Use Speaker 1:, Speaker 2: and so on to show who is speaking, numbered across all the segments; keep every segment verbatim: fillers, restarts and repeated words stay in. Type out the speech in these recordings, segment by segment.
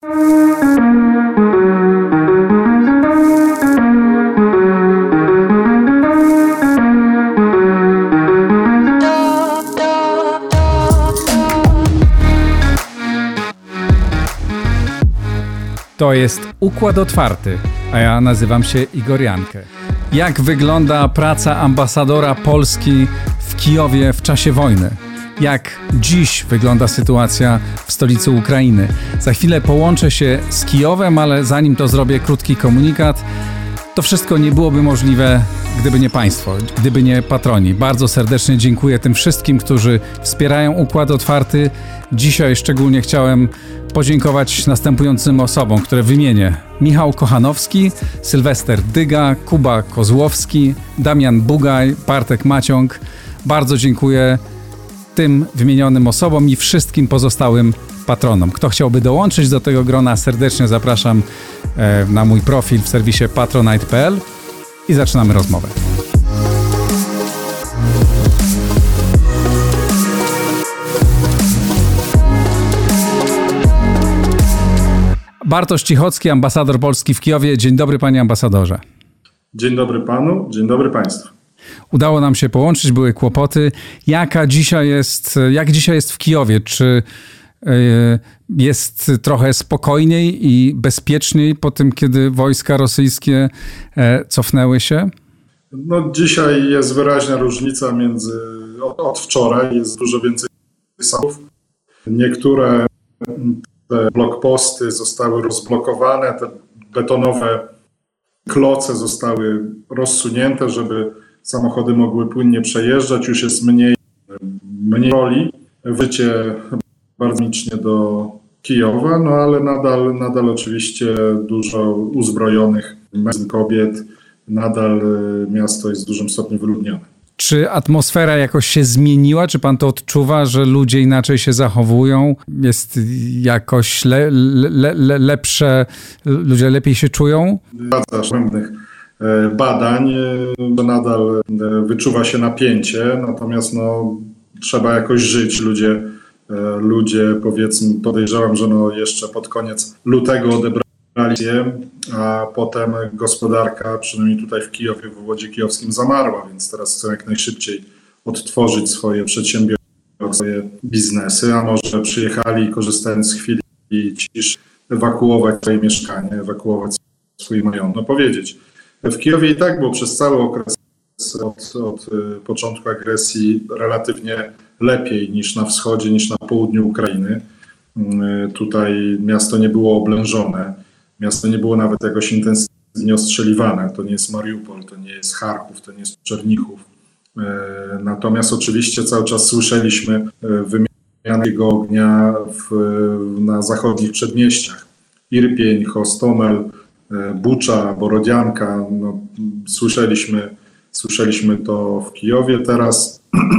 Speaker 1: To jest Układ Otwarty, a ja nazywam się Igor Jankę. Jak wygląda praca ambasadora Polski w Kijowie w czasie wojny? Jak dziś wygląda sytuacja w stolicy Ukrainy? Za chwilę połączę się z Kijowem, ale zanim to zrobię, krótki komunikat. To wszystko nie byłoby możliwe, gdyby nie Państwo, gdyby nie patroni. Bardzo serdecznie dziękuję tym wszystkim, którzy wspierają Układ Otwarty. Dzisiaj szczególnie chciałem podziękować następującym osobom, które wymienię. Michał Kochanowski, Sylwester Dyga, Kuba Kozłowski, Damian Bugaj, Bartek Maciąg. Bardzo dziękuję tym wymienionym osobom i wszystkim pozostałym patronom. Kto chciałby dołączyć do tego grona, serdecznie zapraszam na mój profil w serwisie patronite kropka p l i zaczynamy rozmowę. Bartosz Cichocki, ambasador Polski w Kijowie. Dzień dobry, panie ambasadorze.
Speaker 2: Dzień dobry panu, dzień dobry państwu.
Speaker 1: Udało nam się połączyć, były kłopoty. Jaka dzisiaj jest, jak dzisiaj jest w Kijowie? Czy jest trochę spokojniej i bezpieczniej po tym, kiedy wojska rosyjskie cofnęły się?
Speaker 2: No, dzisiaj jest wyraźna różnica między od, od wczoraj. Jest dużo więcej samochodów. Niektóre te blokposty zostały rozblokowane, te betonowe kloce zostały rozsunięte, żeby samochody mogły płynnie przejeżdżać. Już jest mniej, mniej roli. Wycie bardzo licznie do Kijowa, no ale nadal, nadal oczywiście dużo uzbrojonych mężczyzn, kobiet. Nadal miasto jest w dużym stopniu wyludnione.
Speaker 1: Czy atmosfera jakoś się zmieniła? Czy pan to odczuwa, że ludzie inaczej się zachowują? Jest jakoś le, le, le, lepsze, ludzie lepiej się czują?
Speaker 2: Z pewnych badań to nadal wyczuwa się napięcie, natomiast no, trzeba jakoś żyć. Ludzie, ludzie powiedzmy, podejrzewam, że no jeszcze pod koniec lutego odebrali je, a potem gospodarka, przynajmniej tutaj w Kijowie, w obwodzie kijowskim, zamarła, więc teraz chcą jak najszybciej odtworzyć swoje przedsiębiorstwa, swoje biznesy, a może przyjechali, korzystając z chwili ciszy, ewakuować swoje mieszkanie, ewakuować swój majątek. No powiedzieć, w Kijowie i tak było przez cały okres od, od początku agresji relatywnie lepiej niż na wschodzie, niż na południu Ukrainy. Tutaj miasto nie było oblężone, miasto nie było nawet jakoś intensywnie ostrzeliwane. To nie jest Mariupol, to nie jest Charków, to nie jest Czernichów. Natomiast oczywiście cały czas słyszeliśmy wymianę tego ognia w, na zachodnich przedmieściach. Irpień, Hostomel, Bucza, Borodianka. No, słyszeliśmy, słyszeliśmy to w Kijowie. Teraz,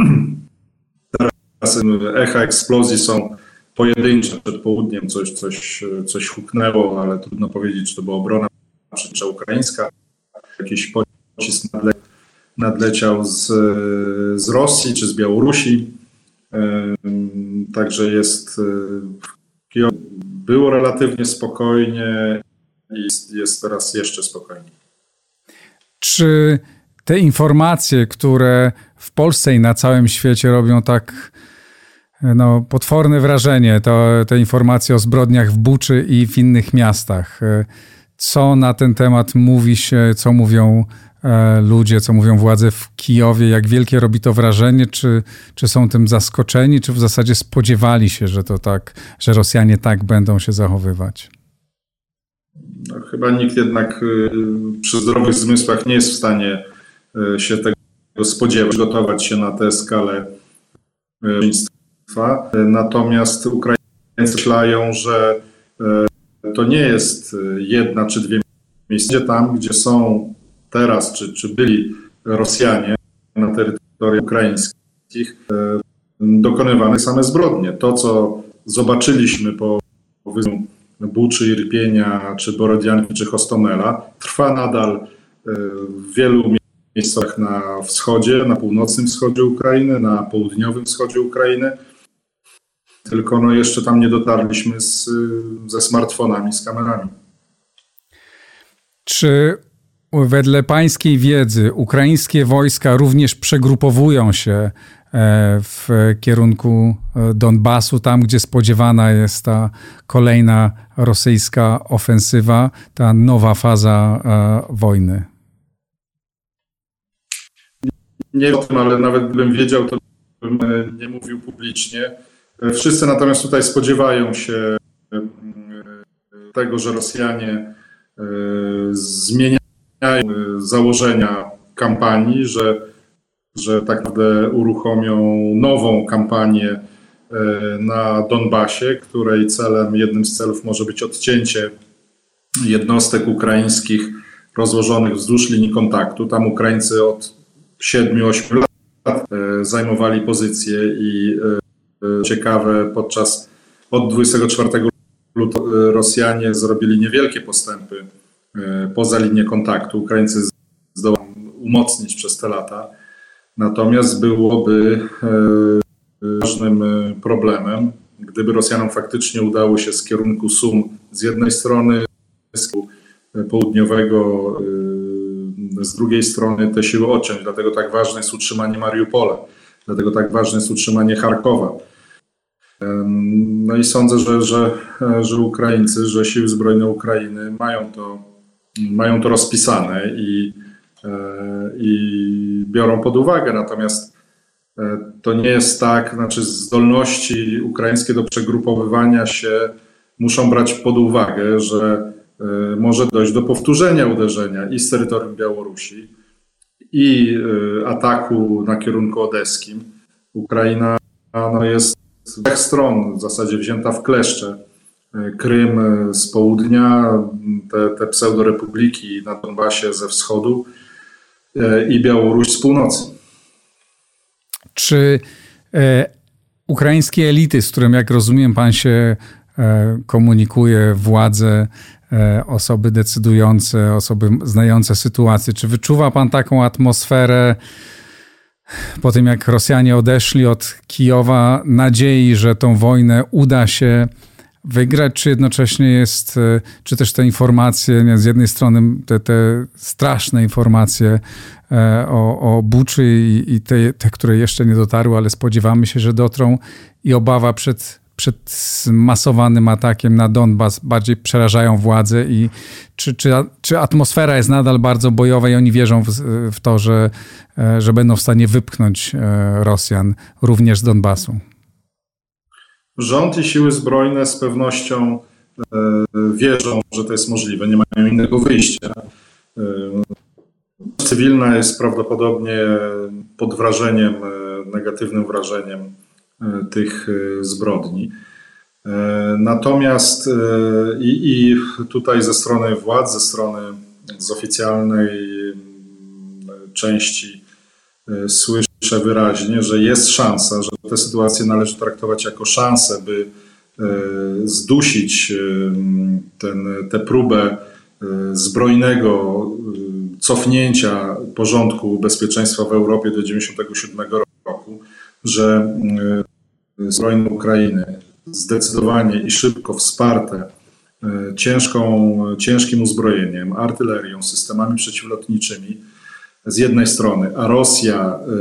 Speaker 2: teraz echa eksplozji są pojedyncze. Przed południem coś, coś, coś huknęło, ale trudno powiedzieć, czy to była obrona czy ukraińska. Jakiś pocisk nadle, nadleciał z, z Rosji czy z Białorusi. Także jest w Kijowie było relatywnie spokojnie i jest, jest teraz jeszcze spokojniej.
Speaker 1: Czy te informacje, które w Polsce i na całym świecie robią tak no, potworne wrażenie, to te informacje o zbrodniach w Buczy i w innych miastach. Co na ten temat mówi się, co mówią e, ludzie, co mówią władze w Kijowie, jak wielkie robi to wrażenie, czy, czy są tym zaskoczeni, czy w zasadzie spodziewali się, że to tak, że Rosjanie tak będą się zachowywać?
Speaker 2: No, chyba nikt jednak y, przy zdrowych zmysłach nie jest w stanie y, się tego spodziewać, przygotować się na tę skalę y, Natomiast Ukraińcy myślają, że to nie jest jedna czy dwie miejsca, tam gdzie są teraz, czy, czy byli Rosjanie na terytorium ukraińskich, dokonywane same zbrodnie. To, co zobaczyliśmy po wyzwoleniu Buczy, Irpienia, czy Borodianki, czy Hostomela, trwa nadal w wielu miejscach na wschodzie, na północnym wschodzie Ukrainy, na południowym wschodzie Ukrainy. tylko no jeszcze tam nie dotarliśmy z, ze smartfonami, z kamerami.
Speaker 1: Czy wedle pańskiej wiedzy ukraińskie wojska również przegrupowują się w kierunku Donbasu, tam gdzie spodziewana jest ta kolejna rosyjska ofensywa, ta nowa faza wojny?
Speaker 2: Nie wiem o tym, ale nawet gdybym wiedział, to bym nie mówił publicznie. Wszyscy natomiast tutaj spodziewają się tego, że Rosjanie zmieniają założenia kampanii, że, że tak naprawdę uruchomią nową kampanię na Donbasie, której celem, jednym z celów może być odcięcie jednostek ukraińskich rozłożonych wzdłuż linii kontaktu. Tam Ukraińcy od siedmiu ośmiu lat zajmowali pozycje i ciekawe, podczas od dwudziestego czwartego lutego Rosjanie zrobili niewielkie postępy poza linię kontaktu. Ukraińcy zdołali umocnić przez te lata. Natomiast byłoby ważnym problemem, gdyby Rosjanom faktycznie udało się z kierunku Sum z jednej strony, z południowego z drugiej strony te siły odciąć. Dlatego tak ważne jest utrzymanie Mariupola. Dlatego tak ważne jest utrzymanie Charkowa. No i sądzę, że, że, że Ukraińcy, że siły zbrojne Ukrainy mają to, mają to rozpisane i, i biorą pod uwagę. Natomiast to nie jest tak, znaczy zdolności ukraińskie do przegrupowywania się muszą brać pod uwagę, że może dojść do powtórzenia uderzenia i z terytorium Białorusi, i ataku na kierunku odeskim. Ukraina no, jest z trzech stron w zasadzie wzięta w kleszcze. Krym z południa, te, te pseudorepubliki na Donbasie ze wschodu i Białoruś z północy.
Speaker 1: Czy e, ukraińskie elity, z którym, jak rozumiem, pan się e, komunikuje, władze, e, osoby decydujące, osoby znające sytuację, czy wyczuwa pan taką atmosferę po tym, jak Rosjanie odeszli od Kijowa, nadziei, że tą wojnę uda się wygrać, czy jednocześnie jest, czy też te informacje, nie, z jednej strony te, te straszne informacje o, o Buczy i, i te, te, które jeszcze nie dotarły, ale spodziewamy się, że dotrą, i obawa przed, przed masowanym atakiem na Donbas bardziej przerażają władze, i czy, czy, czy atmosfera jest nadal bardzo bojowa i oni wierzą w, w to, że, że będą w stanie wypchnąć Rosjan również z Donbasu?
Speaker 2: Rząd i siły zbrojne z pewnością e, wierzą, że to jest możliwe, nie mają innego wyjścia. E, cywilna jest prawdopodobnie pod wrażeniem, e, negatywnym wrażeniem e, tych e, zbrodni. E, natomiast e, i, i tutaj ze strony władz, ze strony z oficjalnej e, części e, słyszę wyraźnie, że jest szansa, że tę sytuację należy traktować jako szansę, by zdusić tę próbę zbrojnego cofnięcia porządku bezpieczeństwa w Europie do dziewięćdziesiątego siódmego roku, że zbrojne Ukrainy zdecydowanie i szybko wsparte ciężką, ciężkim uzbrojeniem, artylerią, systemami przeciwlotniczymi z jednej strony, a Rosja y,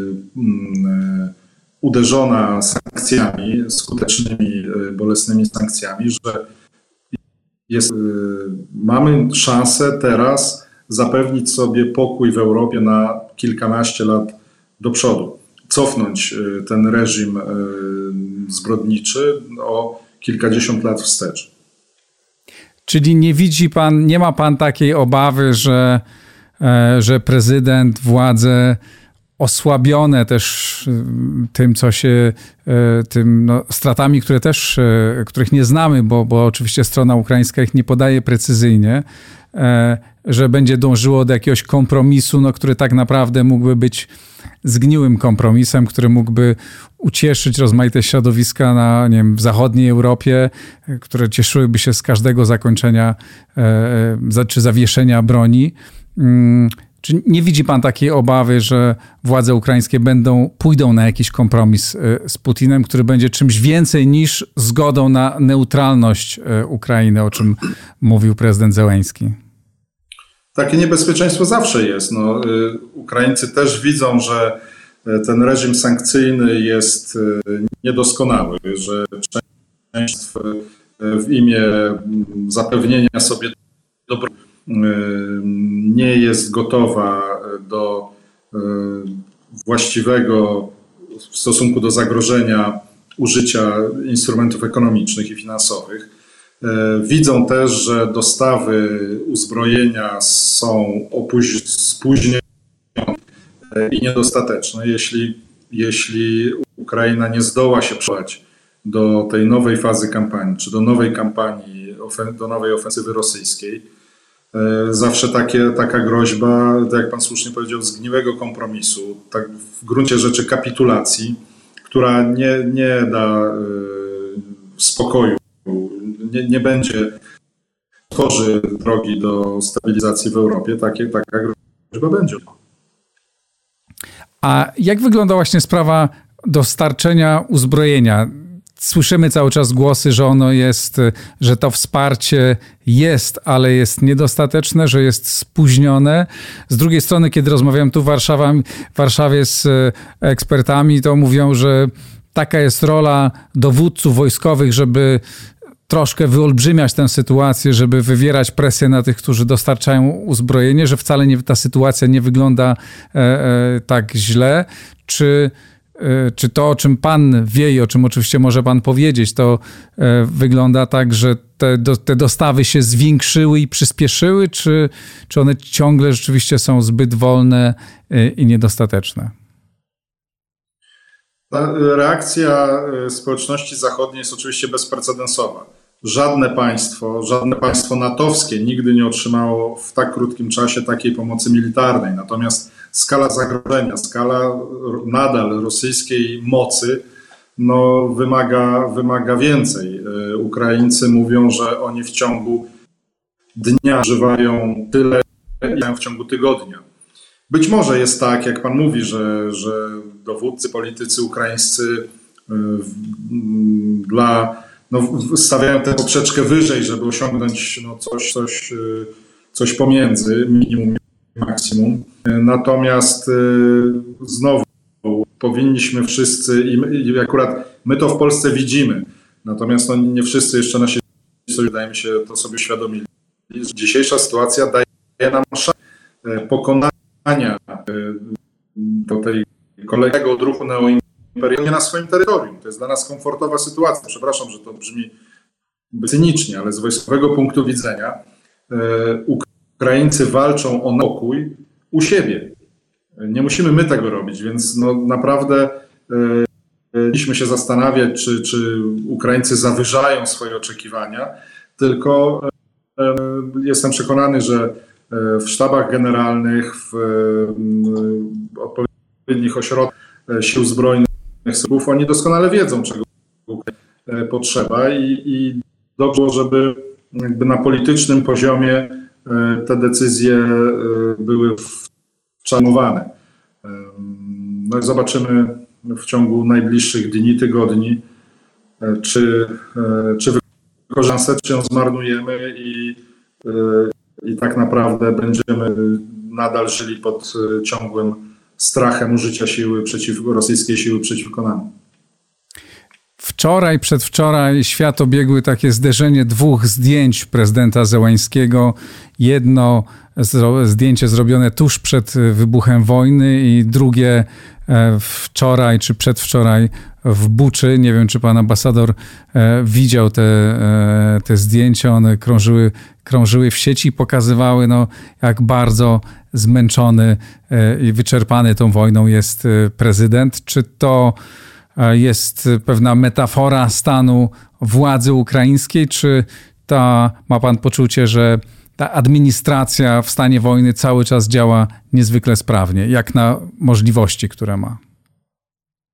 Speaker 2: y, uderzona sankcjami, skutecznymi, y, bolesnymi sankcjami, że jest, y, mamy szansę teraz zapewnić sobie pokój w Europie na kilkanaście lat do przodu. Cofnąć y, ten reżim y, zbrodniczy o kilkadziesiąt lat wstecz.
Speaker 1: Czyli nie widzi pan, nie ma pan takiej obawy, że że prezydent, władze osłabione też tym, co się, tym no, stratami, które też, których nie znamy, bo, bo oczywiście strona ukraińska ich nie podaje precyzyjnie, że będzie dążyło do jakiegoś kompromisu, no, który tak naprawdę mógłby być zgniłym kompromisem, który mógłby ucieszyć rozmaite środowiska na, nie wiem, w zachodniej Europie, które cieszyłyby się z każdego zakończenia czy zawieszenia broni. Czy nie widzi pan takiej obawy, że władze ukraińskie będą, pójdą na jakiś kompromis z Putinem, który będzie czymś więcej niż zgodą na neutralność Ukrainy, o czym mówił prezydent Zełenski?
Speaker 2: Takie niebezpieczeństwo zawsze jest. No, Ukraińcy też widzą, że ten reżim sankcyjny jest niedoskonały, że część w imię zapewnienia sobie dobro nie jest gotowa do właściwego w stosunku do zagrożenia użycia instrumentów ekonomicznych i finansowych. Widzą też, że dostawy uzbrojenia są opóź- spóźnione i niedostateczne. Jeśli, jeśli Ukraina nie zdoła się przełać do tej nowej fazy kampanii, czy do nowej kampanii, do nowej ofensywy rosyjskiej, zawsze takie, taka groźba, tak jak pan słusznie powiedział, zgniłego kompromisu, tak w gruncie rzeczy kapitulacji, która nie, nie da spokoju, nie, nie będzie tworzy drogi do stabilizacji w Europie, takie, taka groźba będzie.
Speaker 1: A jak wygląda właśnie sprawa dostarczenia uzbrojenia? Słyszymy cały czas głosy, że ono jest, że to wsparcie jest, ale jest niedostateczne, że jest spóźnione. Z drugiej strony, kiedy rozmawiam tu w Warszawie, w Warszawie z ekspertami, to mówią, że taka jest rola dowódców wojskowych, żeby troszkę wyolbrzymiać tę sytuację, żeby wywierać presję na tych, którzy dostarczają uzbrojenie, że wcale nie, ta sytuacja nie wygląda e, e, tak źle. Czy Czy to, o czym pan wie i o czym oczywiście może pan powiedzieć, to wygląda tak, że te, do, te dostawy się zwiększyły i przyspieszyły, czy, czy one ciągle rzeczywiście są zbyt wolne i niedostateczne?
Speaker 2: Ta reakcja społeczności zachodniej jest oczywiście bezprecedensowa. Żadne państwo, żadne państwo natowskie nigdy nie otrzymało w tak krótkim czasie takiej pomocy militarnej. Natomiast skala zagrożenia, skala nadal rosyjskiej mocy no, wymaga, wymaga więcej. Ukraińcy mówią, że oni w ciągu dnia używają tyle, ile w ciągu tygodnia. Być może jest tak, jak pan mówi, że, że dowódcy, politycy ukraińscy dla, no, stawiają tę poprzeczkę wyżej, żeby osiągnąć no, coś, coś, coś pomiędzy minimum i maksimum. Natomiast y, znowu powinniśmy wszyscy, i, i akurat my to w Polsce widzimy, natomiast no, nie wszyscy jeszcze nasi, wydaje mi się, to sobie uświadomili. Dzisiejsza sytuacja daje nam szansę pokonania y, do tej kolejnego odruchu neoimperialnego na swoim terytorium. To jest dla nas komfortowa sytuacja. Przepraszam, że to brzmi cynicznie, ale z wojskowego punktu widzenia y, Ukraińcy walczą o pokój u siebie. Nie musimy my tego robić, więc no naprawdę powinniśmy się zastanawiać, czy, czy Ukraińcy zawyżają swoje oczekiwania, tylko e, jestem przekonany, że w sztabach generalnych, w e, odpowiednich ośrodkach sił zbrojnych oni doskonale wiedzą, czego potrzeba i, i dobrze, żeby jakby na politycznym poziomie te decyzje były wczanowane. No i zobaczymy w ciągu najbliższych dni, tygodni, czy, czy wykorzystamy szansę, czy ją zmarnujemy i, i tak naprawdę będziemy nadal żyli pod ciągłym strachem użycia siły przeciwko, rosyjskiej siły przeciwko nam.
Speaker 1: Wczoraj, przedwczoraj świat obiegły takie zderzenie dwóch zdjęć prezydenta Zełenskiego. Jedno zdjęcie zrobione tuż przed wybuchem wojny i drugie wczoraj czy przedwczoraj w Buczy. Nie wiem, czy pan ambasador widział te, te zdjęcia. One krążyły, krążyły w sieci i pokazywały, no, jak bardzo zmęczony i wyczerpany tą wojną jest prezydent. Czy to jest pewna metafora stanu władzy ukraińskiej, czy ta, ma pan poczucie, że ta administracja w stanie wojny cały czas działa niezwykle sprawnie, jak na możliwości, które ma?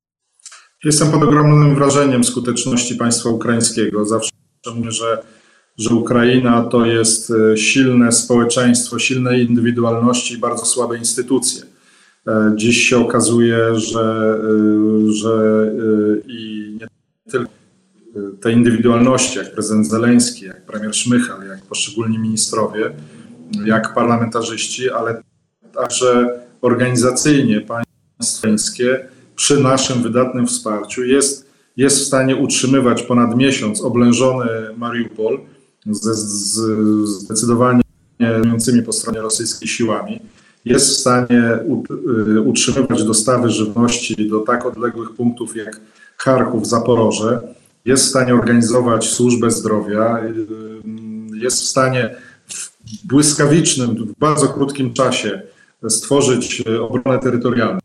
Speaker 2: Jestem pod ogromnym wrażeniem skuteczności państwa ukraińskiego. Zawsze mówię, że że Ukraina to jest silne społeczeństwo, silne indywidualności i bardzo słabe instytucje. Dziś się okazuje, że, że i nie tylko te indywidualności, jak prezydent Zeleński, jak premier Szmychal, jak poszczególni ministrowie, jak parlamentarzyści, ale także organizacyjnie państwo ukraińskie przy naszym wydatnym wsparciu jest, jest w stanie utrzymywać ponad miesiąc oblężony Mariupol ze z, zdecydowanie dominującymi po stronie rosyjskiej siłami. Jest w stanie utrzymywać dostawy żywności do tak odległych punktów jak Charków, Zaporoże. Jest w stanie organizować służbę zdrowia. Jest w stanie w błyskawicznym, w bardzo krótkim czasie stworzyć obronę terytorialną.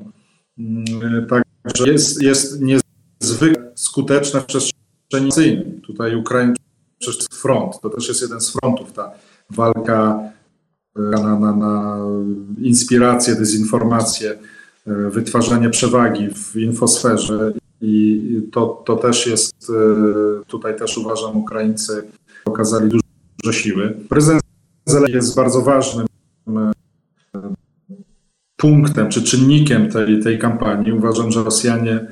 Speaker 2: Także jest, jest niezwykle skuteczna w przestrzeni cyjnej. Tutaj Ukraina przecież jest front. To też jest jeden z frontów, ta walka na, na, na inspirację, dezinformację, wytwarzanie przewagi w infosferze i to, to też jest, tutaj też uważam, Ukraińcy pokazali dużo siły. Prezydent Zeleński jest bardzo ważnym punktem czy czynnikiem tej, tej kampanii. Uważam, że Rosjanie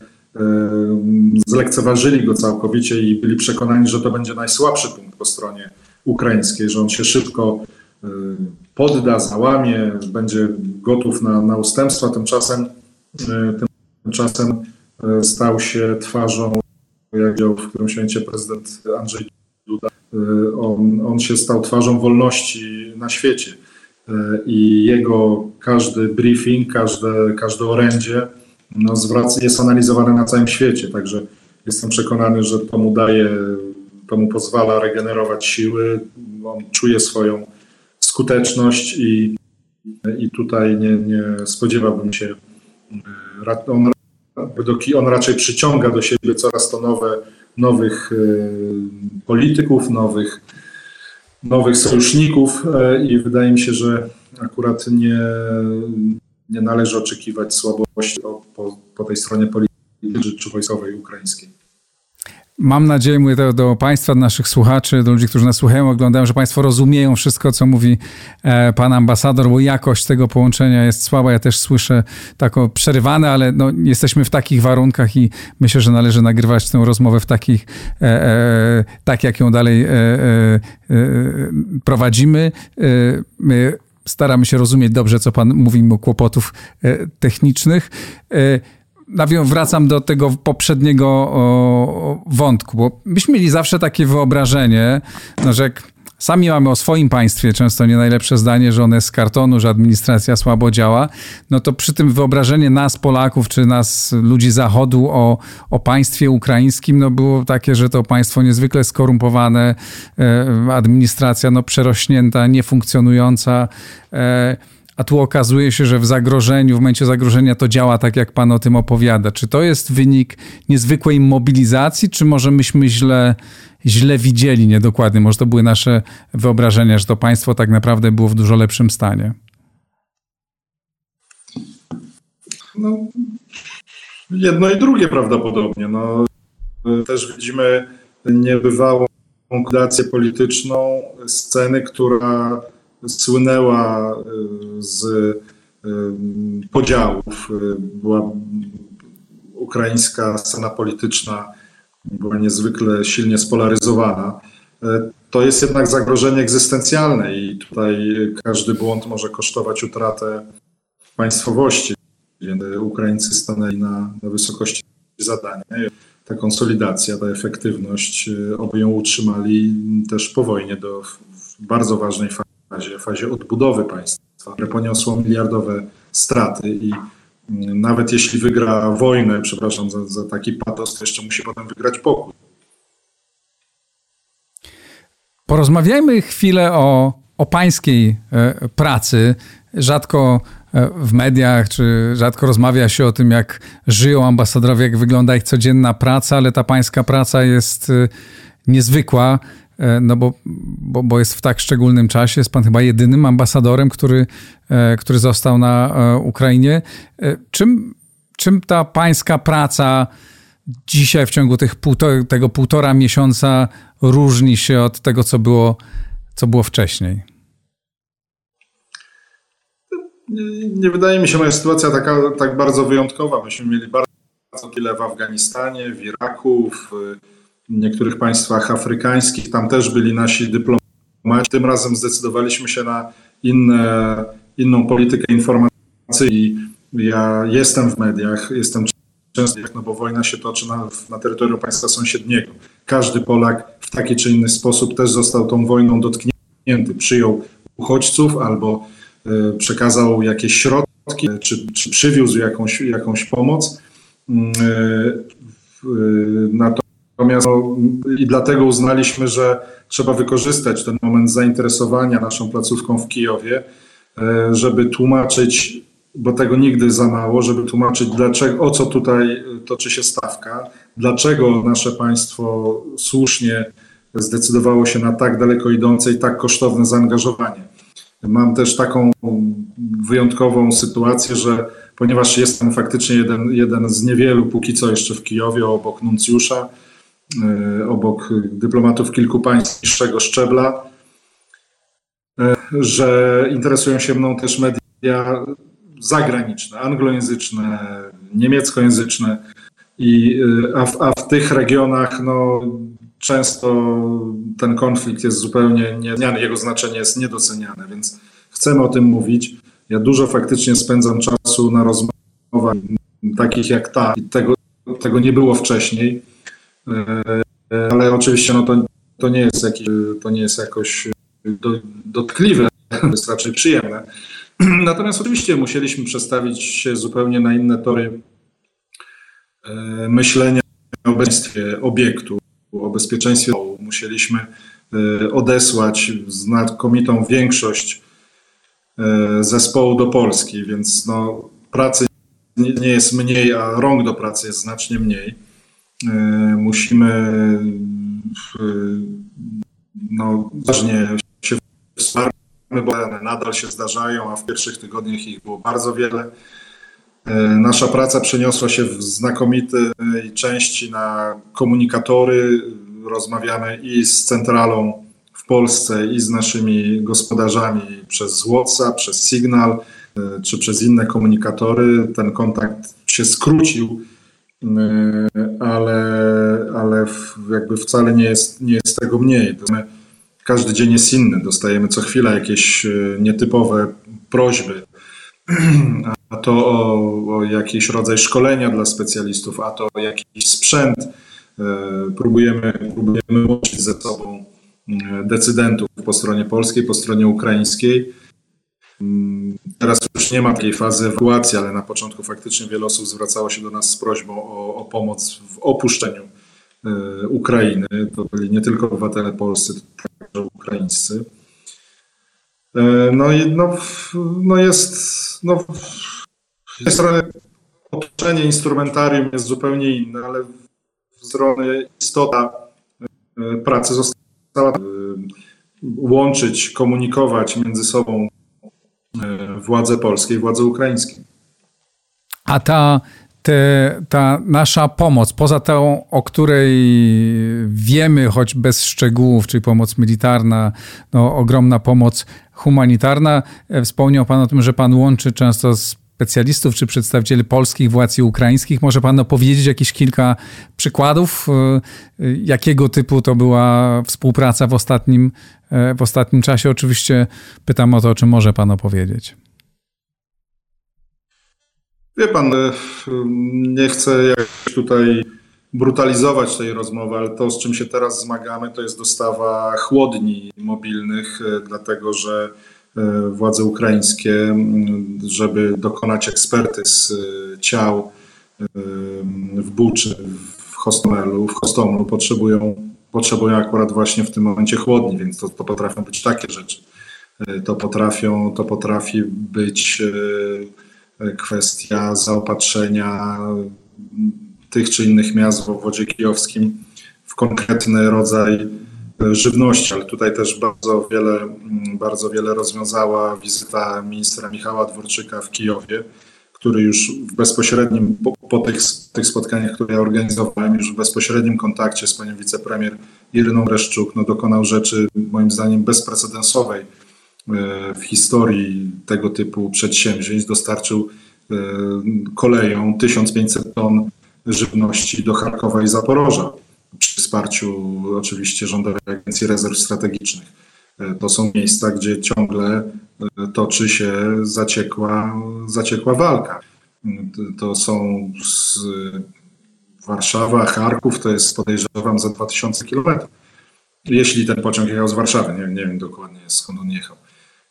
Speaker 2: zlekceważyli go całkowicie i byli przekonani, że to będzie najsłabszy punkt po stronie ukraińskiej, że on się szybko podda, załamie, będzie gotów na, na ustępstwa. Tymczasem, tymczasem stał się twarzą, jak powiedział w którymś momencie prezydent Andrzej Duda, on, on się stał twarzą wolności na świecie. I jego każdy briefing, każde, każde orędzie no, zwraca, jest analizowane na całym świecie. Także jestem przekonany, że to mu daje, to mu pozwala regenerować siły. On czuje swoją skuteczność i, i tutaj nie, nie spodziewałbym się, on, on raczej przyciąga do siebie coraz to nowe, nowych polityków, nowych, nowych sojuszników i wydaje mi się, że akurat nie, nie należy oczekiwać słabości po, po tej stronie politycznej czy wojskowej ukraińskiej.
Speaker 1: Mam nadzieję, mówię to do Państwa, do naszych słuchaczy, do ludzi, którzy nas słuchają, oglądają, że Państwo rozumieją wszystko, co mówi e, Pan ambasador, bo jakość tego połączenia jest słaba. Ja też słyszę tako przerywane, ale no, jesteśmy w takich warunkach i myślę, że należy nagrywać tę rozmowę w takich, e, e, tak jak ją dalej e, e, e, prowadzimy. E, my staramy się rozumieć dobrze, co Pan mówi, mimo kłopotów e, technicznych. E, Wracam do tego poprzedniego o, wątku, bo myśmy mieli zawsze takie wyobrażenie, no, że jak sami mamy o swoim państwie często nie najlepsze zdanie, że one jest z kartonu, że administracja słabo działa, no to przy tym wyobrażenie nas, Polaków, czy nas, ludzi Zachodu o, o państwie ukraińskim, no było takie, że to państwo niezwykle skorumpowane, e, administracja no przerośnięta, niefunkcjonująca, e, a tu okazuje się, że w zagrożeniu, w momencie zagrożenia to działa tak, jak Pan o tym opowiada. Czy to jest wynik niezwykłej mobilizacji, czy może myśmy źle, źle widzieli niedokładnie? Może to były nasze wyobrażenia, że to państwo tak naprawdę było w dużo lepszym stanie?
Speaker 2: No, jedno i drugie prawdopodobnie. No, też widzimy niebywałą konkludację polityczną sceny, która słynęła z podziałów. Była ukraińska scena polityczna, była niezwykle silnie spolaryzowana. To jest jednak zagrożenie egzystencjalne i tutaj każdy błąd może kosztować utratę państwowości. Więc Ukraińcy stanęli na, na wysokości zadania. Ta konsolidacja, ta efektywność, oby ją utrzymali też po wojnie do w bardzo ważnej fazie. W fazie odbudowy państwa, które poniosło miliardowe straty i nawet jeśli wygra wojnę, przepraszam za, za taki patos, to jeszcze musi potem wygrać pokój.
Speaker 1: Porozmawiajmy chwilę o, o pańskiej e, pracy. Rzadko e, w mediach, czy rzadko rozmawia się o tym, jak żyją ambasadorowie, jak wygląda ich codzienna praca, ale ta pańska praca jest e, niezwykła. No bo, bo, bo jest w tak szczególnym czasie. Jest pan chyba jedynym ambasadorem, który, który został na Ukrainie. Czym, czym ta pańska praca dzisiaj w ciągu tych półtor, tego półtora miesiąca różni się od tego, co było, co było wcześniej?
Speaker 2: Nie, nie wydaje mi się moja sytuacja taka tak bardzo wyjątkowa. Myśmy mieli bardzo wiele w Afganistanie, w Iraku, w niektórych państwach afrykańskich. Tam też byli nasi dyplomaci. Tym razem zdecydowaliśmy się na inne, inną politykę informacyjną. Ja jestem w mediach, jestem często, no bo wojna się toczy na, na terytorium państwa sąsiedniego. Każdy Polak w taki czy inny sposób też został tą wojną dotknięty. Przyjął uchodźców albo y, przekazał jakieś środki, czy, czy przywiózł jakąś, jakąś pomoc. Y, y, natomiast no, i dlatego uznaliśmy, że trzeba wykorzystać ten moment zainteresowania naszą placówką w Kijowie, y, żeby tłumaczyć, bo tego nigdy za mało, żeby tłumaczyć, dlaczego, o co tutaj toczy się stawka, dlaczego nasze państwo słusznie zdecydowało się na tak daleko idące i tak kosztowne zaangażowanie. Mam też taką wyjątkową sytuację, że ponieważ jestem faktycznie jeden, jeden z niewielu póki co jeszcze w Kijowie, obok nuncjusza, obok dyplomatów kilku państw niższego szczebla, że interesują się mną też media zagraniczne, anglojęzyczne, niemieckojęzyczne, i, a, w, a w tych regionach no, często ten konflikt jest zupełnie nie, jego znaczenie jest niedoceniane, więc chcemy o tym mówić. Ja dużo faktycznie spędzam czasu na rozmowach takich jak ta i tego, tego nie było wcześniej, ale oczywiście no, to, to, nie jest jakiś, to nie jest jakoś do, dotkliwe, to jest raczej przyjemne. Natomiast oczywiście musieliśmy przestawić się zupełnie na inne tory myślenia o bezpieczeństwie obiektu, o bezpieczeństwie. Musieliśmy odesłać znakomitą większość zespołu do Polski, więc no, pracy nie jest mniej, a rąk do pracy jest znacznie mniej. Musimy no, ważnie się wsparć, bo one nadal się zdarzają, a w pierwszych tygodniach ich było bardzo wiele. Nasza praca przeniosła się w znakomitej części na komunikatory. Rozmawiamy i z centralą w Polsce, i z naszymi gospodarzami przez WhatsApp, przez Signal, czy przez inne komunikatory. Ten kontakt się skrócił, ale, ale jakby wcale nie jest, nie jest tego mniej. Każdy dzień jest inny. Dostajemy co chwila jakieś nietypowe prośby, a to o, o jakiś rodzaj szkolenia dla specjalistów, a to o jakiś sprzęt. Próbujemy, próbujemy łączyć ze sobą decydentów po stronie polskiej, po stronie ukraińskiej. Teraz już nie ma takiej fazy ewakuacji, ale na początku faktycznie wiele osób zwracało się do nas z prośbą o, o pomoc w opuszczeniu Ukrainy. To byli nie tylko obywatele polscy, także ukraińscy. No i no, no jest, no, z tej strony otoczenie instrumentarium jest zupełnie inne, ale z strony istota pracy została łączyć, komunikować między sobą władze polskie i władze ukraińskie.
Speaker 1: A ta, te, ta nasza pomoc, poza tą, o której wiemy, choć bez szczegółów, czyli pomoc militarna, no, ogromna pomoc humanitarna, wspomniał Pan o tym, że Pan łączy często specjalistów czy przedstawicieli polskich władz i ukraińskich. Może Pan opowiedzieć jakieś kilka przykładów, jakiego typu to była współpraca w ostatnim, w ostatnim czasie? Oczywiście pytam o to, czy może Pan opowiedzieć.
Speaker 2: Wie Pan, nie chcę jak tutaj brutalizować tej rozmowy, ale to, z czym się teraz zmagamy, to jest dostawa chłodni mobilnych, dlatego że władze ukraińskie, żeby dokonać ekspertyz ciał w Buczy, w Hostomelu, w Hostomlu, potrzebują, potrzebują akurat właśnie w tym momencie chłodni, więc to, to potrafią być takie rzeczy. To, potrafią, to potrafi być kwestia zaopatrzenia tych czy innych miast w obwodzie kijowskim w konkretny rodzaj żywności, ale tutaj też bardzo wiele, bardzo wiele rozwiązała wizyta ministra Michała Dworczyka w Kijowie, który już w bezpośrednim, po, po tych, tych spotkaniach, które ja organizowałem, już w bezpośrednim kontakcie z panią wicepremier Iryną Reszczuk, no dokonał rzeczy moim zdaniem bezprecedensowej w historii tego typu przedsięwzięć. Dostarczył koleją tysiąc pięćset ton żywności do Charkowa i Zaporoża przy wsparciu oczywiście Rządowej Agencji Rezerw Strategicznych. To są miejsca, gdzie ciągle toczy się zaciekła, zaciekła walka. To są z Warszawa, Charków, to jest podejrzewam za dwa tysiące kilometrów. Jeśli ten pociąg jechał z Warszawy, nie, nie wiem dokładnie skąd on jechał.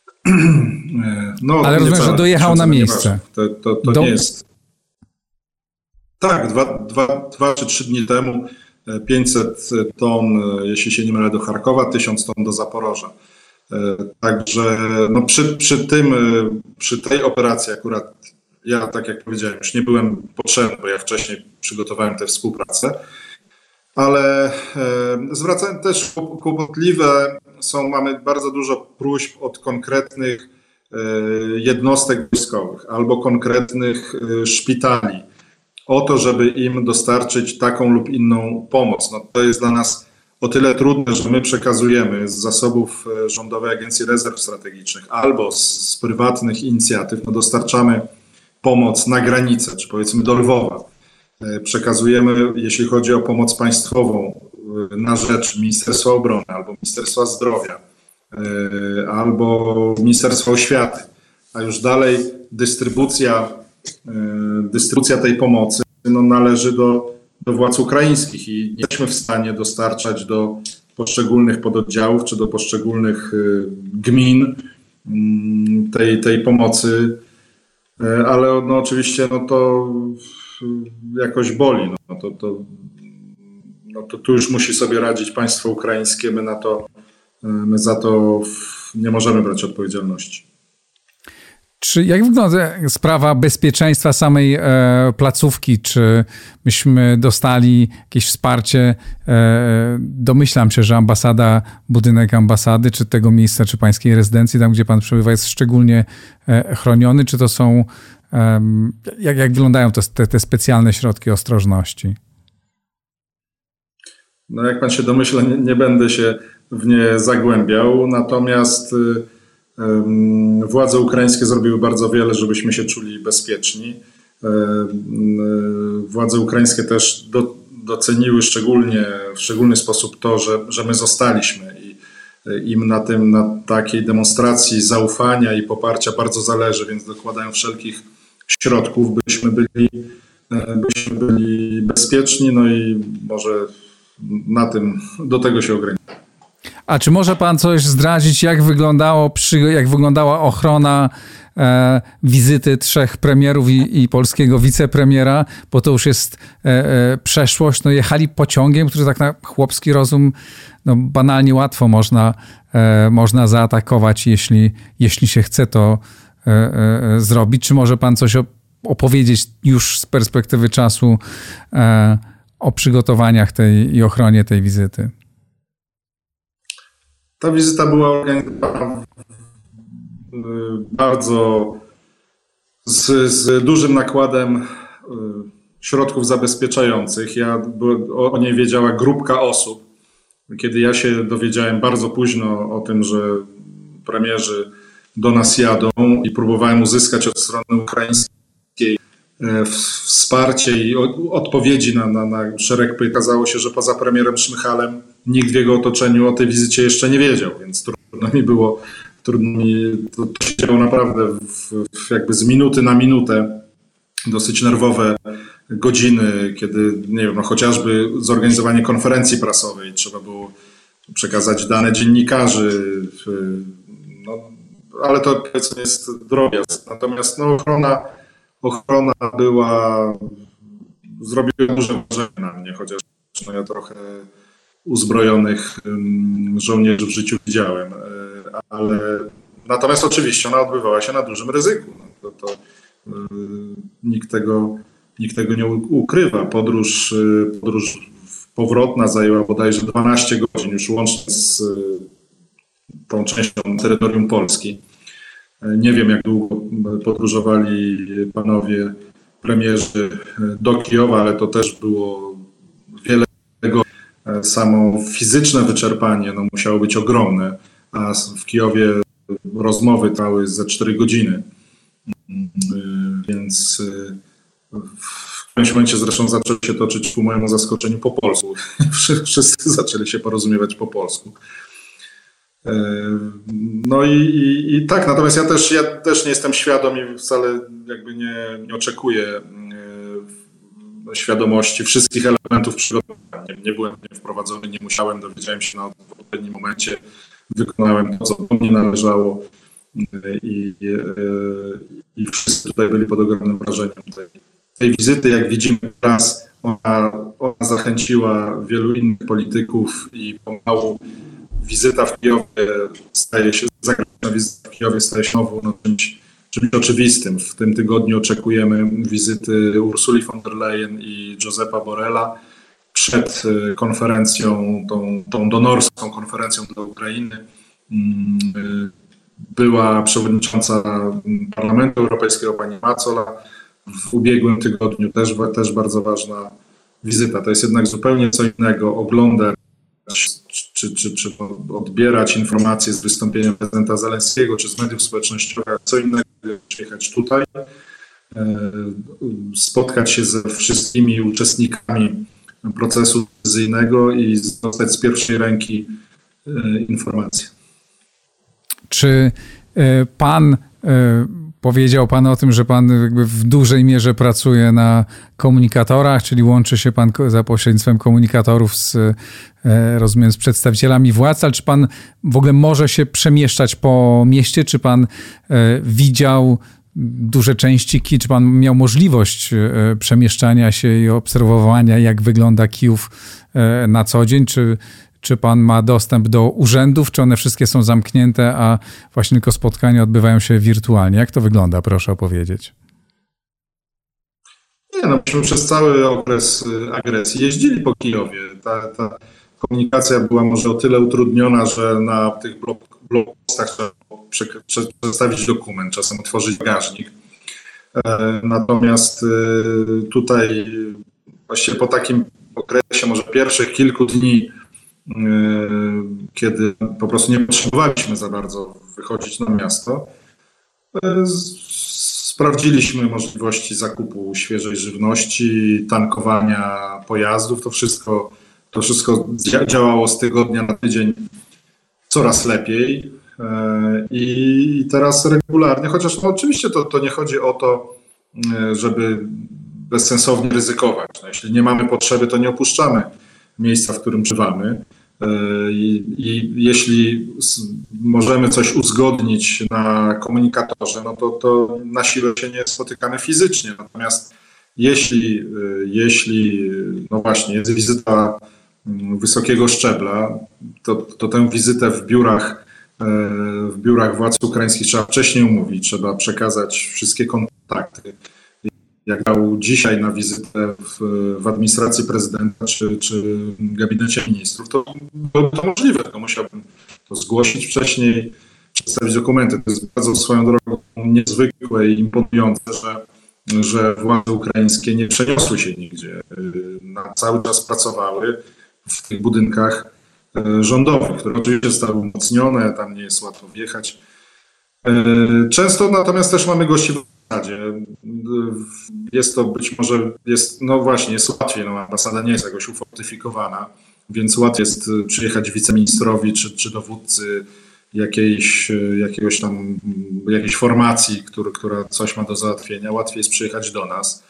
Speaker 1: No, ale rozumiem, że dojechał na miejsce.
Speaker 2: To, to, to Do... nie jest. Tak, dwa, dwa, dwa czy trzy dni temu pięćset ton, jeśli się nie mylę, do Charkowa, tysiąc ton do Zaporoża. Także no przy, przy tym, przy tej operacji akurat ja, tak jak powiedziałem, już nie byłem potrzebny, bo ja wcześniej przygotowałem tę współpracę, ale e, zwracałem też kłopotliwe są, mamy bardzo dużo próśb od konkretnych e, jednostek wojskowych albo konkretnych e, szpitali o to, żeby im dostarczyć taką lub inną pomoc. No, to jest dla nas o tyle trudne, że my przekazujemy z zasobów Rządowej Agencji Rezerw Strategicznych albo z, z prywatnych inicjatyw, no dostarczamy pomoc na granicę, czy powiedzmy do Lwowa. Przekazujemy, jeśli chodzi o pomoc państwową, na rzecz Ministerstwa Obrony albo Ministerstwa Zdrowia, albo Ministerstwa Oświaty, a już dalej dystrybucja, dystrybucja tej pomocy no, należy do, do władz ukraińskich i nie jesteśmy w stanie dostarczać do poszczególnych pododdziałów czy do poszczególnych gmin tej, tej pomocy, ale no, oczywiście no, to jakoś boli. No, to, to, no, to tu już musi sobie radzić państwo ukraińskie, my, na to, my za to nie możemy brać odpowiedzialności.
Speaker 1: Czy jak wygląda sprawa bezpieczeństwa samej e, placówki? Czy myśmy dostali jakieś wsparcie? E, domyślam się, że ambasada, budynek ambasady, czy tego miejsca, czy pańskiej rezydencji, tam gdzie pan przebywa, jest szczególnie e, chroniony? Czy to są, e, jak, jak wyglądają te, te specjalne środki ostrożności?
Speaker 2: No jak pan się domyśla, nie, nie będę się w nie zagłębiał, natomiast władze ukraińskie zrobiły bardzo wiele, żebyśmy się czuli bezpieczni. Władze ukraińskie też do, doceniły szczególnie, w szczególny sposób to, że, że my zostaliśmy i im na tym, na takiej demonstracji zaufania i poparcia bardzo zależy, więc dokładają wszelkich środków, byśmy byli, byśmy byli bezpieczni, no i może na tym, do tego się ograniczyć.
Speaker 1: A czy może pan coś zdradzić, jak wyglądało, jak wyglądała ochrona e, wizyty trzech premierów i, i polskiego wicepremiera, bo to już jest e, e, przeszłość. No, jechali pociągiem, który tak na chłopski rozum no, banalnie łatwo można, e, można zaatakować, jeśli, jeśli się chce to e, e, zrobić. Czy może pan coś opowiedzieć już z perspektywy czasu e, o przygotowaniach tej i ochronie tej wizyty?
Speaker 2: Ta wizyta była organizowana bardzo z, z dużym nakładem środków zabezpieczających. Ja, o niej wiedziała grupka osób. Kiedy ja się dowiedziałem bardzo późno o tym, że premierzy do nas jadą i próbowałem uzyskać od strony ukraińskiej wsparcie i odpowiedzi na, na, na szereg pytań. Okazało się, że poza premierem Szmychalem nikt w jego otoczeniu o tej wizycie jeszcze nie wiedział, więc trudno mi było, trudno mi, to, to się działo naprawdę w, w jakby z minuty na minutę, dosyć nerwowe godziny, kiedy, nie wiem, no chociażby zorganizowanie konferencji prasowej, trzeba było przekazać dane dziennikarzy, no, ale to powiedzmy jest drobiazg. Natomiast no, ochrona Ochrona była, zrobiła duże wrażenie na mnie, chociaż no ja trochę uzbrojonych żołnierzy w życiu widziałem, ale natomiast oczywiście ona odbywała się na dużym ryzyku. No, to, to, nikt, tego, nikt tego nie ukrywa. Podróż, podróż powrotna zajęła bodajże dwanaście godzin, już łącznie z tą częścią terytorium Polski. Nie wiem, jak długo podróżowali panowie premierzy do Kijowa, ale to też było wiele tego. Samo fizyczne wyczerpanie no, musiało być ogromne, a w Kijowie rozmowy trwały ze cztery godziny. Więc w którymś momencie zresztą zaczęło się toczyć ku mojemu zaskoczeniu po polsku. Wszyscy zaczęli się porozumiewać po polsku. No i, i, i tak, natomiast ja też, ja też nie jestem świadom i wcale jakby nie, nie oczekuję świadomości wszystkich elementów przygotowania. Nie, nie byłem wprowadzony, nie musiałem, dowiedziałem się na odpowiednim momencie, wykonałem to, co do mnie należało i, i, i wszyscy tutaj byli pod ogromnym wrażeniem tej, tej wizyty. Jak widzimy teraz, ona, ona zachęciła wielu innych polityków i pomału wizyta w Kijowie staje się, zagraniczna wizyta w Kijowie staje się znowu no, czymś, czymś oczywistym. W tym tygodniu oczekujemy wizyty Ursuli von der Leyen i Josepa Borrella przed konferencją, tą, tą donorską konferencją dla Ukrainy. Była przewodnicząca Parlamentu Europejskiego pani Metsola. W ubiegłym tygodniu też, też bardzo ważna wizyta. To jest jednak zupełnie co innego oglądać Czy, czy, czy odbierać informacje z wystąpienia prezydenta Zełenskiego, czy z mediów społecznościowych, co innego przyjechać tutaj, spotkać się ze wszystkimi uczestnikami procesu decyzyjnego i dostać z pierwszej ręki informacje.
Speaker 1: Czy pan, powiedział pan o tym, że pan jakby w dużej mierze pracuje na komunikatorach, czyli łączy się pan za pośrednictwem komunikatorów z, rozumiem, z przedstawicielami władz, ale czy pan w ogóle może się przemieszczać po mieście? Czy pan widział duże części, czy pan miał możliwość przemieszczania się i obserwowania, jak wygląda Kijów na co dzień? Czy Czy pan ma dostęp do urzędów, czy one wszystkie są zamknięte, a właśnie tylko spotkania odbywają się wirtualnie? Jak to wygląda, proszę opowiedzieć?
Speaker 2: Nie, no myśmy przez cały okres agresji jeździli po Kijowie. Ta, ta komunikacja była może o tyle utrudniona, że na tych blokpostach trzeba przedstawić dokument, czasem otworzyć bagażnik. Natomiast tutaj właściwie po takim okresie, może pierwszych kilku dni, kiedy po prostu nie potrzebowaliśmy za bardzo wychodzić na miasto, sprawdziliśmy możliwości zakupu świeżej żywności, tankowania pojazdów. To wszystko, to wszystko działało z tygodnia na tydzień coraz lepiej i teraz regularnie, chociaż no oczywiście to, to nie chodzi o to, żeby bezsensownie ryzykować. No, jeśli nie mamy potrzeby, to nie opuszczamy miejsca, w którym przybywamy. I, I jeśli możemy coś uzgodnić na komunikatorze, no to, to na siłę się nie spotykamy fizycznie. Natomiast jeśli, jeśli no właśnie jest wizyta wysokiego szczebla, to, to tę wizytę w biurach, w biurach władz ukraińskich trzeba wcześniej umówić, trzeba przekazać wszystkie kontakty. Jak dał dzisiaj na wizytę w, w administracji prezydenta czy, czy gabinecie ministrów, to byłoby to możliwe, tylko musiałbym to zgłosić wcześniej, przedstawić dokumenty. To jest bardzo swoją drogą niezwykłe i imponujące, że, że władze ukraińskie nie przeniosły się nigdzie. Na cały czas pracowały w tych budynkach rządowych, które oczywiście zostały umocnione, tam nie jest łatwo wjechać. Często natomiast też mamy gości w ambasadzie. Jest to być może, jest, no właśnie, jest łatwiej, no ambasada nie jest jakoś ufortyfikowana, więc łatwiej jest przyjechać wiceministrowi czy, czy dowódcy jakiejś, jakiegoś tam, jakiejś formacji, który, która coś ma do załatwienia. Łatwiej jest przyjechać do nas.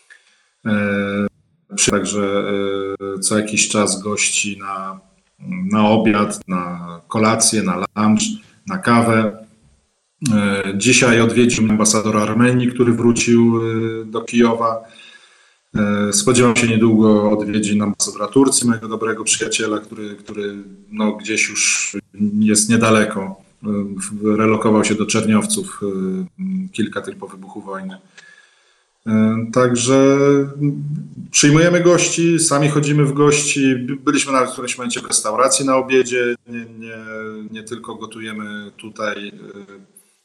Speaker 2: Także co jakiś czas gości na, na obiad, na kolację, na lunch, na kawę. Dzisiaj odwiedził ambasador Armenii, który wrócił do Kijowa. Spodziewam się niedługo odwiedzin ambasadora Turcji, mojego dobrego przyjaciela, który, który no gdzieś już jest niedaleko. Relokował się do Czerniowców kilka tych po wybuchu wojny. Także przyjmujemy gości, sami chodzimy w gości. Byliśmy nawet w którymś momencie w restauracji na obiedzie. Nie, nie, nie tylko gotujemy tutaj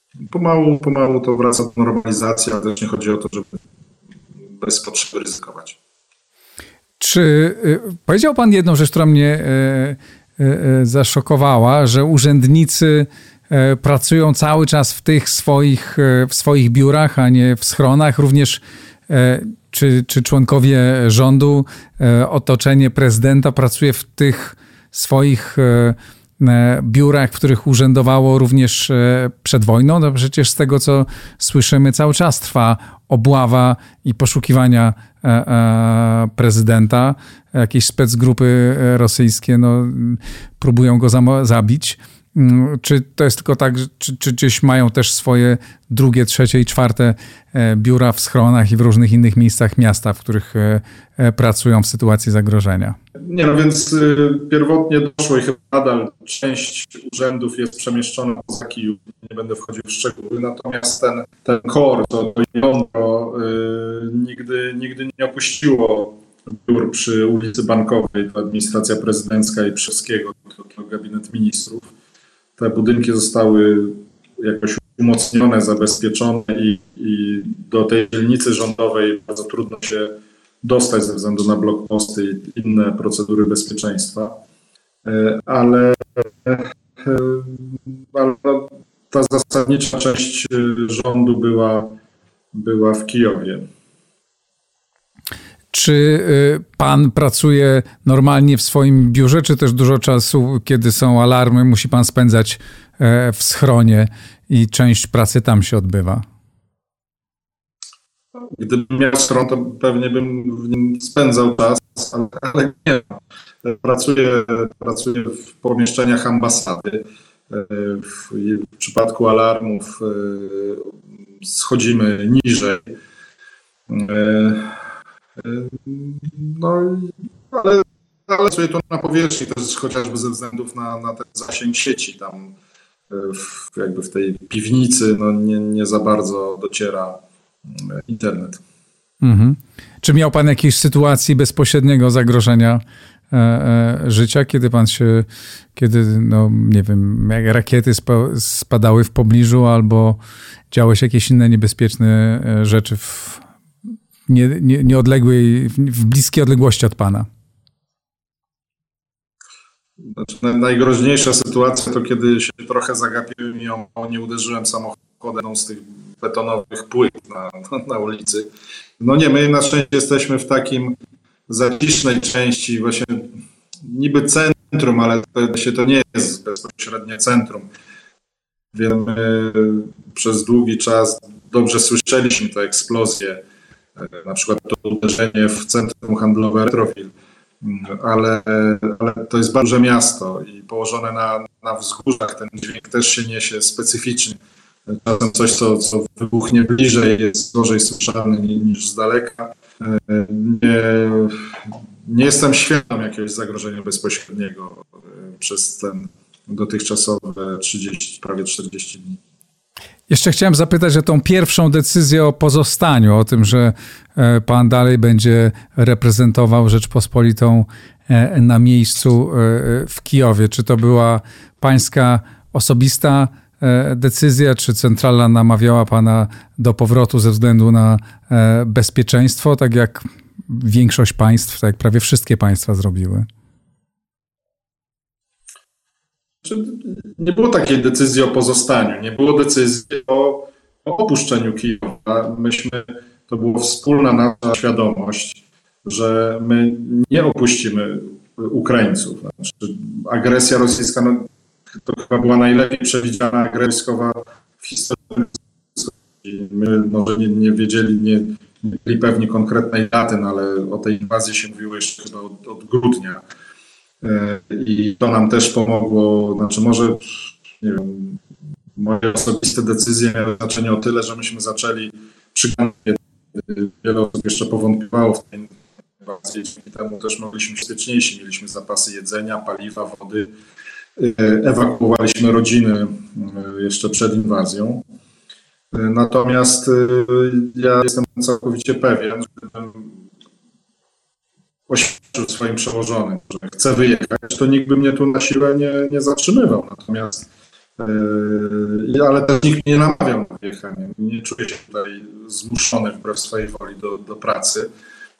Speaker 2: Pomału, pomału to wraca do normalizacji, ale też nie chodzi o to, żeby bez potrzeby ryzykować.
Speaker 1: Czy y, powiedział pan jedną rzecz, która mnie y, y, zaszokowała, że urzędnicy y, pracują cały czas w tych swoich, y, w swoich biurach, a nie w schronach, również y, czy, czy członkowie rządu, y, otoczenie prezydenta pracuje w tych swoich y, biurach, w których urzędowało również przed wojną. No przecież z tego, co słyszymy, cały czas trwa obława i poszukiwania prezydenta. Jakieś specgrupy rosyjskie no, próbują go zabić. Czy to jest tylko tak, czy, czy gdzieś mają też swoje drugie, trzecie i czwarte biura w schronach i w różnych innych miejscach miasta, w których pracują w sytuacji zagrożenia?
Speaker 2: Nie, no więc y, pierwotnie doszło i chyba nadal część urzędów jest przemieszczona poza Kijów. Nie będę wchodził w szczegóły, natomiast ten, ten core, to jądro y, nigdy, nigdy nie opuściło biur przy ulicy Bankowej, to administracja prezydencka i Przewskiego, to, to gabinet ministrów. Te budynki zostały jakoś umocnione, zabezpieczone i, i do tej dzielnicy rządowej bardzo trudno się dostać ze względu na blokposty i inne procedury bezpieczeństwa. Ale, ale ta zasadnicza część rządu była, była w Kijowie.
Speaker 1: Czy pan pracuje normalnie w swoim biurze, czy też dużo czasu, kiedy są alarmy, musi pan spędzać w schronie i część pracy tam się odbywa?
Speaker 2: Gdybym miał schron, to pewnie bym w nim spędzał czas, ale, ale nie. Pracuję, pracuję w pomieszczeniach ambasady. W, w przypadku alarmów schodzimy niżej. No, ale, ale sobie to na powierzchni też chociażby ze względów na, na ten zasięg sieci. Tam w, jakby w tej piwnicy no nie, nie za bardzo dociera internet. Mhm.
Speaker 1: Czy miał pan jakieś sytuacje bezpośredniego zagrożenia e, e, życia, kiedy pan się, kiedy, no nie wiem, jak rakiety spa, spadały w pobliżu albo działy się jakieś inne niebezpieczne rzeczy w nie, nie, nieodległej, w bliskiej odległości od pana?
Speaker 2: Znaczy, najgroźniejsza sytuacja to kiedy się trochę zagapiłem i o nie uderzyłem samochodem z tych betonowych płyt na, na ulicy. No nie, my na szczęście jesteśmy w takim zacisznej części, właśnie niby centrum, ale to, się to nie jest bezpośrednie centrum. Wiemy, przez długi czas dobrze słyszeliśmy te eksplozje, na przykład to uderzenie w centrum handlowe Retrofil, ale, ale to jest bardzo duże miasto i położone na, na wzgórzach ten dźwięk też się niesie specyficznie. Czasem coś, co, co wybuchnie bliżej, jest gorzej słyszalne niż z daleka. Nie, nie jestem świadom jakiegoś zagrożenia bezpośredniego przez ten dotychczasowe trzydzieści, prawie czterdzieści dni.
Speaker 1: Jeszcze chciałem zapytać o tą pierwszą decyzję o pozostaniu, o tym, że pan dalej będzie reprezentował Rzeczpospolitą na miejscu w Kijowie. Czy to była pańska osobista decyzja, czy centrala namawiała pana do powrotu ze względu na bezpieczeństwo, tak jak większość państw, tak jak prawie wszystkie państwa zrobiły?
Speaker 2: Nie było takiej decyzji o pozostaniu, nie było decyzji o, o opuszczeniu Kijowa. Myśmy, to była wspólna nasza świadomość, że my nie opuścimy Ukraińców. Znaczy, agresja rosyjska no, to chyba była najlepiej przewidziana agresja wojskowa w historii. My może nie, nie wiedzieli, nie, nie byli pewni konkretnej daty, no, ale o tej inwazji się mówiło jeszcze chyba od, od grudnia. I to nam też pomogło, znaczy może, nie wiem, moje osobiste decyzje miały znaczenie o tyle, że myśmy zaczęli przygotować. Wiele osób jeszcze powątpiewało w tej inwazie, dzięki temu też mogliśmy być bezpieczniejsi. Mieliśmy zapasy jedzenia, paliwa, wody. Ewakuowaliśmy rodziny jeszcze przed inwazją. Natomiast ja jestem całkowicie pewien, że oświadczył swoim przełożonym, że chcę wyjechać, to nikt by mnie tu na siłę nie, nie zatrzymywał. Natomiast ale też nikt mnie nie namawiał na jechanie. Nie czuję się tutaj zmuszony wbrew swojej woli do, do pracy,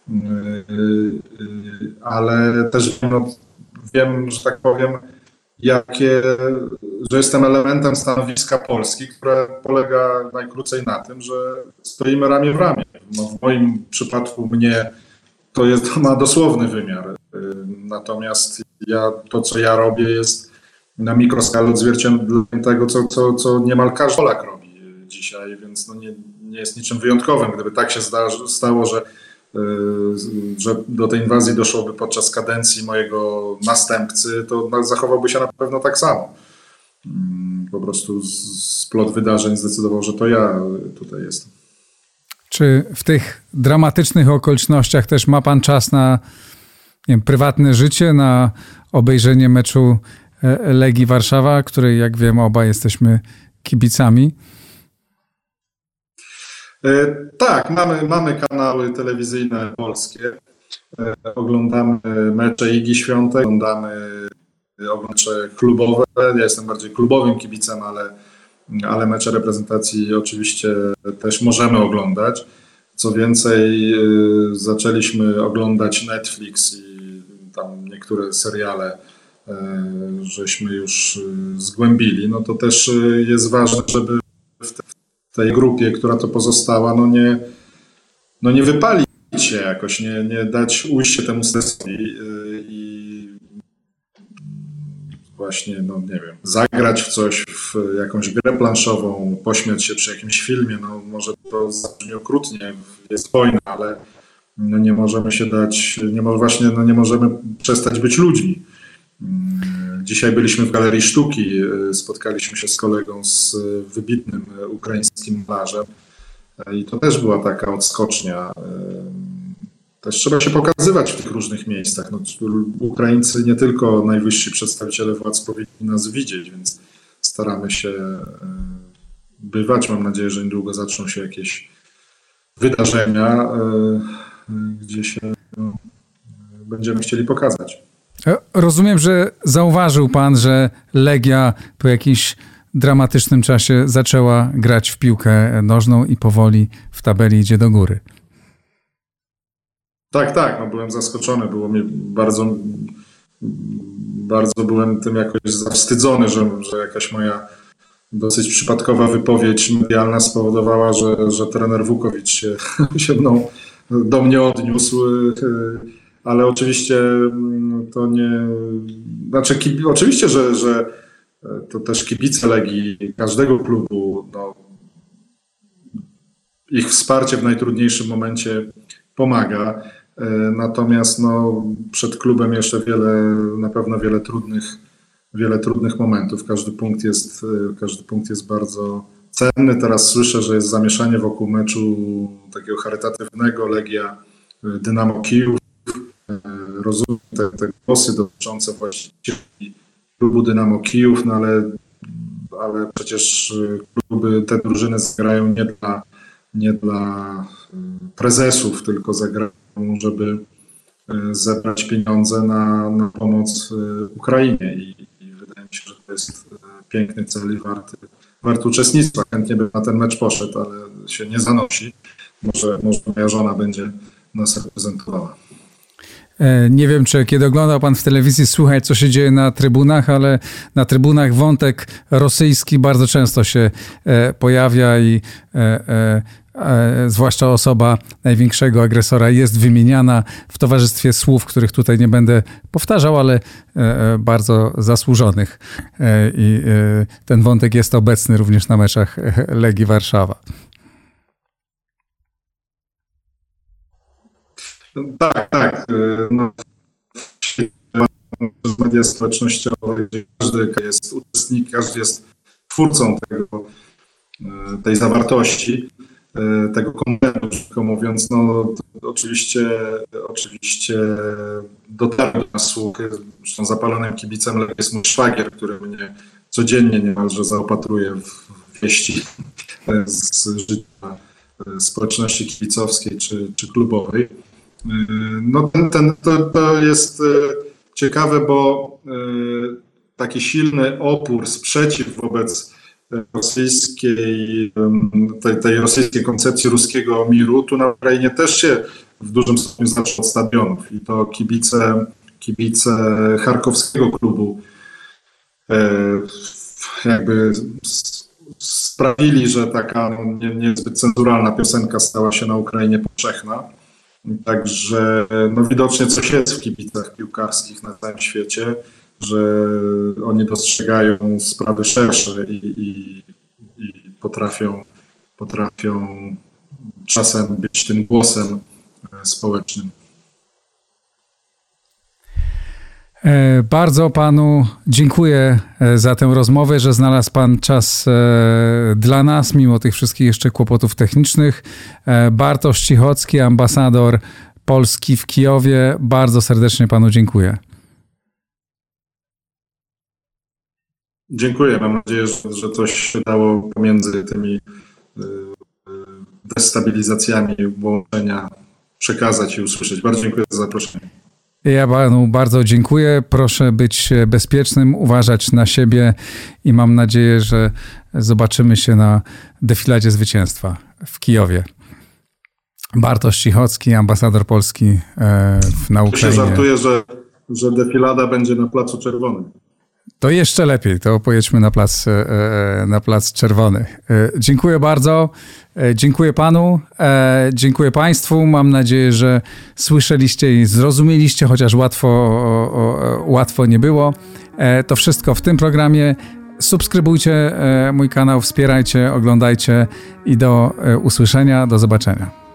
Speaker 2: ale też wiem, no, wiem, że tak powiem, jakie, że jestem elementem stanowiska Polski, które polega najkrócej na tym, że stoimy ramię w ramię. No, w moim przypadku mnie to, jest, to ma dosłowny wymiar. Natomiast ja, to, co ja robię, jest na mikroskalę odzwierciedleniem tego, co, co, co niemal każdy Polak robi dzisiaj, więc no nie, nie jest niczym wyjątkowym. Gdyby tak się zdarzy, stało, że, że do tej inwazji doszłoby podczas kadencji mojego następcy, to zachowałby się na pewno tak samo. Po prostu splot wydarzeń zdecydował, że to ja tutaj jestem.
Speaker 1: Czy w tych dramatycznych okolicznościach też ma pan czas na, nie wiem, prywatne życie, na obejrzenie meczu Legii Warszawa, której, jak wiem, obaj jesteśmy kibicami?
Speaker 2: E, tak, mamy, mamy kanały telewizyjne polskie. E, oglądamy mecze Igi Świątek, oglądamy mecze klubowe. Ja jestem bardziej klubowym kibicem, ale, ale mecze reprezentacji oczywiście też możemy oglądać. Co więcej, e, zaczęliśmy oglądać Netflix i tam niektóre seriale żeśmy już zgłębili, no to też jest ważne, żeby w tej grupie, która to pozostała, no nie, no nie wypalić się jakoś, nie, nie dać ujść się temu stresowi i właśnie, no nie wiem, zagrać w coś, w jakąś grę planszową, pośmiać się przy jakimś filmie, no może to zabrzmi okrutnie, jest wojna, ale no nie możemy się dać, nie mo- właśnie no nie możemy przestać być ludźmi. Dzisiaj byliśmy w Galerii Sztuki, spotkaliśmy się z kolegą, z wybitnym ukraińskim malarzem i to też była taka odskocznia. Też trzeba się pokazywać w tych różnych miejscach. No, Ukraińcy, nie tylko najwyżsi przedstawiciele władz powinni nas widzieć, więc staramy się bywać. Mam nadzieję, że niedługo zaczną się jakieś wydarzenia, gdzie się no, będziemy chcieli pokazać.
Speaker 1: Rozumiem, że zauważył pan, że Legia po jakimś dramatycznym czasie zaczęła grać w piłkę nożną i powoli w tabeli idzie do góry.
Speaker 2: Tak, tak, no byłem zaskoczony, było mi bardzo, bardzo byłem tym jakoś zawstydzony, że, że jakaś moja dosyć przypadkowa wypowiedź medialna spowodowała, że, że trener Wukowicz się, się mną, do mnie odniósł. Ale oczywiście to nie... Znaczy, kibi, oczywiście, że, że to też kibice Legii, każdego klubu, no, ich wsparcie w najtrudniejszym momencie pomaga. Natomiast no, przed klubem jeszcze wiele, na pewno wiele trudnych, wiele trudnych momentów. Każdy punkt jest, każdy punkt jest bardzo cenny. Teraz słyszę, że jest zamieszanie wokół meczu takiego charytatywnego Legia Dynamo Kijów. Rozumiem te, te głosy dotyczące właścicieli klubu Dynamo Kijów, no ale, ale przecież kluby, te drużyny zagrają nie dla, nie dla prezesów, tylko zagrają, żeby zebrać pieniądze na, na pomoc Ukrainie i, i wydaje mi się, że to jest piękny cel i warty, warty uczestnictwa. Chętnie bym na ten mecz poszedł, ale się nie zanosi. Może, może moja żona będzie nas reprezentowała.
Speaker 1: Nie wiem, czy kiedy oglądał pan w telewizji, słychać, co się dzieje na trybunach, ale na trybunach wątek rosyjski bardzo często się pojawia i e, e, e, zwłaszcza osoba największego agresora jest wymieniana w towarzystwie słów, których tutaj nie będę powtarzał, ale e, bardzo zasłużonych. E, I e, ten wątek jest obecny również na meczach Legii Warszawa.
Speaker 2: Tak, tak. No, media społecznościowe, gdzie każdy jest uczestnikiem, każdy jest twórcą tego, tej zawartości, tego kontentu, krótko mówiąc, no oczywiście, oczywiście dotarły do nas słuchy. Zresztą zapalonym kibicem Legii jest mój szwagier, który mnie codziennie niemalże zaopatruje w wieści z życia społeczności kibicowskiej czy, czy klubowej. No ten, ten, to, to jest ciekawe, bo taki silny opór, sprzeciw wobec rosyjskiej, tej, tej rosyjskiej koncepcji ruskiego miru, tu na Ukrainie też się w dużym stopniu zaczął od stadionów i to kibice, kibice charkowskiego klubu jakby sprawili, że taka no, nie, niezbyt cenzuralna piosenka stała się na Ukrainie powszechna. Także no, widocznie coś jest w kibicach piłkarskich na całym świecie, że oni dostrzegają sprawy szersze i, i, i potrafią, potrafią czasem być tym głosem społecznym.
Speaker 1: Bardzo panu dziękuję za tę rozmowę, że znalazł pan czas dla nas, mimo tych wszystkich jeszcze kłopotów technicznych. Bartosz Cichocki, ambasador Polski w Kijowie. Bardzo serdecznie panu dziękuję.
Speaker 2: Dziękuję. Mam nadzieję, że, że coś się dało pomiędzy tymi destabilizacjami łączenia przekazać i usłyszeć. Bardzo dziękuję za zaproszenie.
Speaker 1: Ja panu bardzo dziękuję. Proszę być bezpiecznym, uważać na siebie i mam nadzieję, że zobaczymy się na defiladzie zwycięstwa w Kijowie. Bartosz Cichocki, ambasador Polski na Ukrainie.
Speaker 2: Ja się żartuję, że, że defilada będzie na Placu Czerwonym.
Speaker 1: To jeszcze lepiej, to pojedźmy na plac, na plac Czerwony. Dziękuję bardzo, dziękuję panu, dziękuję państwu. Mam nadzieję, że słyszeliście i zrozumieliście, chociaż łatwo, łatwo nie było. To wszystko w tym programie. Subskrybujcie mój kanał, wspierajcie, oglądajcie i do usłyszenia, do zobaczenia.